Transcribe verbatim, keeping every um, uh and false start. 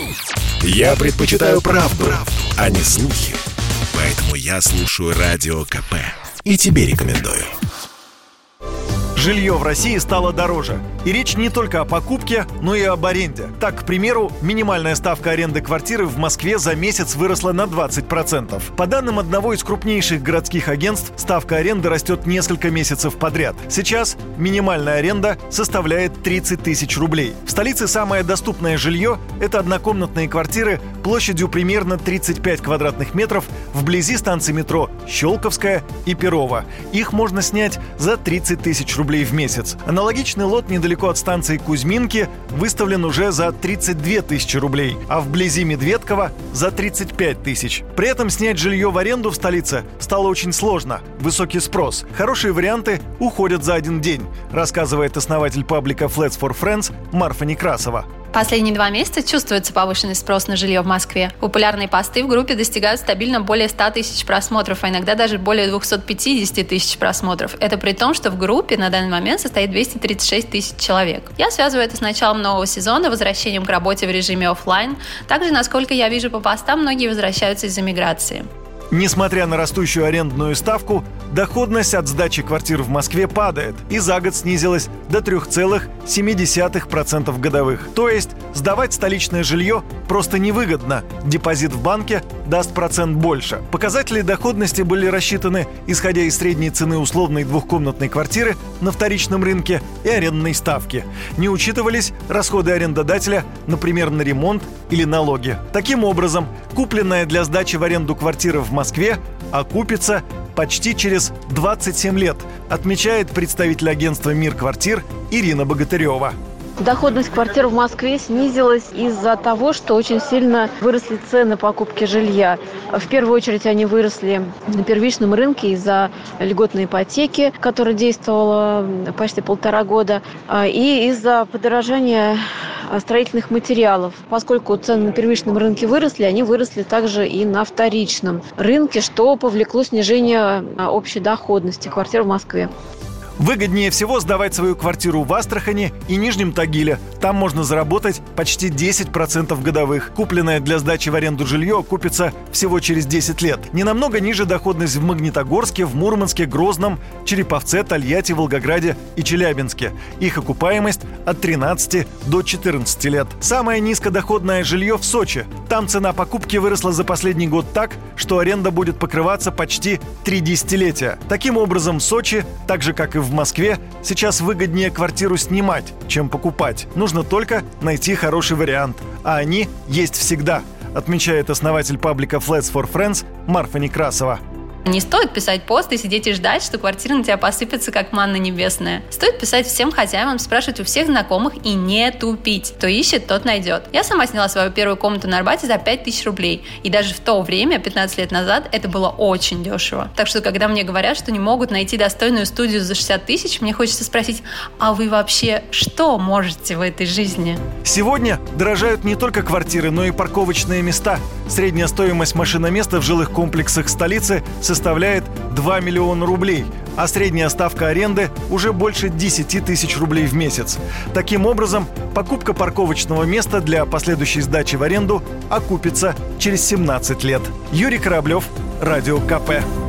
Я предпочитаю правду, правду, а не слухи. Поэтому я слушаю Радио КП. И тебе рекомендую. Жилье в России стало дороже. И речь не только о покупке, но и об аренде. Так, к примеру, минимальная ставка аренды квартиры в Москве за месяц выросла на двадцать процентов. По данным одного из крупнейших городских агентств, ставка аренды растет несколько месяцев подряд. Сейчас минимальная аренда составляет тридцать тысяч рублей. В столице самое доступное жилье – это однокомнатные квартиры площадью примерно тридцать пять квадратных метров вблизи станций метро Щелковская и Перова. Их можно снять за тридцать тысяч рублей в месяц. Аналогичный лот недалеко от станции Кузьминки выставлен уже за тридцать две тысячи рублей, а вблизи Медведкова за тридцать пять тысяч. При этом снять жилье в аренду в столице стало очень сложно. Высокий спрос. Хорошие варианты уходят за один день, рассказывает основатель паблика Flats for Friends Марфа Некрасова. Последние два месяца чувствуется повышенный спрос на жилье в Москве. Популярные посты в группе достигают стабильно более ста тысяч просмотров, а иногда даже более двухсот пятидесяти тысяч просмотров. Это при том, что в группе на данный момент состоит двести тридцать шесть тысяч человек. Я связываю это с началом нового сезона, возвращением к работе в режиме офлайн. Также, насколько я вижу по постам, многие возвращаются из-за миграции. Несмотря на растущую арендную ставку, доходность от сдачи квартир в Москве падает и за год снизилась до три целых семь десятых процента годовых. То есть сдавать столичное жилье просто невыгодно. Депозит в банке даст процент больше. Показатели доходности были рассчитаны, исходя из средней цены условной двухкомнатной квартиры на вторичном рынке и арендной ставки. Не учитывались расходы арендодателя, например, на ремонт или налоги. Таким образом, купленная для сдачи в аренду квартира в Москве окупится почти через двадцать семь лет, отмечает представитель агентства «Мир квартир» Ирина Богатырева. Доходность квартир в Москве снизилась из-за того, что очень сильно выросли цены покупки жилья. В первую очередь они выросли на первичном рынке из-за льготной ипотеки, которая действовала почти полтора года, и из-за подорожания строительных материалов. Поскольку цены на первичном рынке выросли, они выросли также и на вторичном рынке, что повлекло снижение общей доходности квартир в Москве. Выгоднее всего сдавать свою квартиру в Астрахани и Нижнем Тагиле. Там можно заработать почти десять процентов годовых. Купленное для сдачи в аренду жилье окупится всего через десять лет. Ненамного ниже доходность в Магнитогорске, в Мурманске, Грозном, Череповце, Тольятти, Волгограде и Челябинске. Их окупаемость от тринадцати до четырнадцати лет. Самое низкодоходное жилье в Сочи. Там цена покупки выросла за последний год так, что аренда будет покрываться почти три десятилетия. Таким образом, в Сочи, так же как и в В Москве, сейчас выгоднее квартиру снимать, чем покупать. Нужно только найти хороший вариант. А они есть всегда, отмечает основатель паблика Flats for Friends Марфа Некрасова. Не стоит писать пост и сидеть и ждать, что квартира на тебя посыпется, как манна небесная. Стоит писать всем хозяевам, спрашивать у всех знакомых и не тупить. Кто ищет, тот найдет. Я сама сняла свою первую комнату на Арбате за пять тысяч рублей. И даже в то время, пятнадцать лет назад, это было очень дешево. Так что, когда мне говорят, что не могут найти достойную студию за шестьдесят тысяч, мне хочется спросить, а вы вообще что можете в этой жизни? Сегодня дорожают не только квартиры, но и парковочные места. Средняя стоимость машиноместа в жилых комплексах столицы составляет два миллиона рублей, а средняя ставка аренды уже больше десять тысяч рублей в месяц. Таким образом, покупка парковочного места для последующей сдачи в аренду окупится через семнадцать лет. Юрий Кораблев, Радио КП.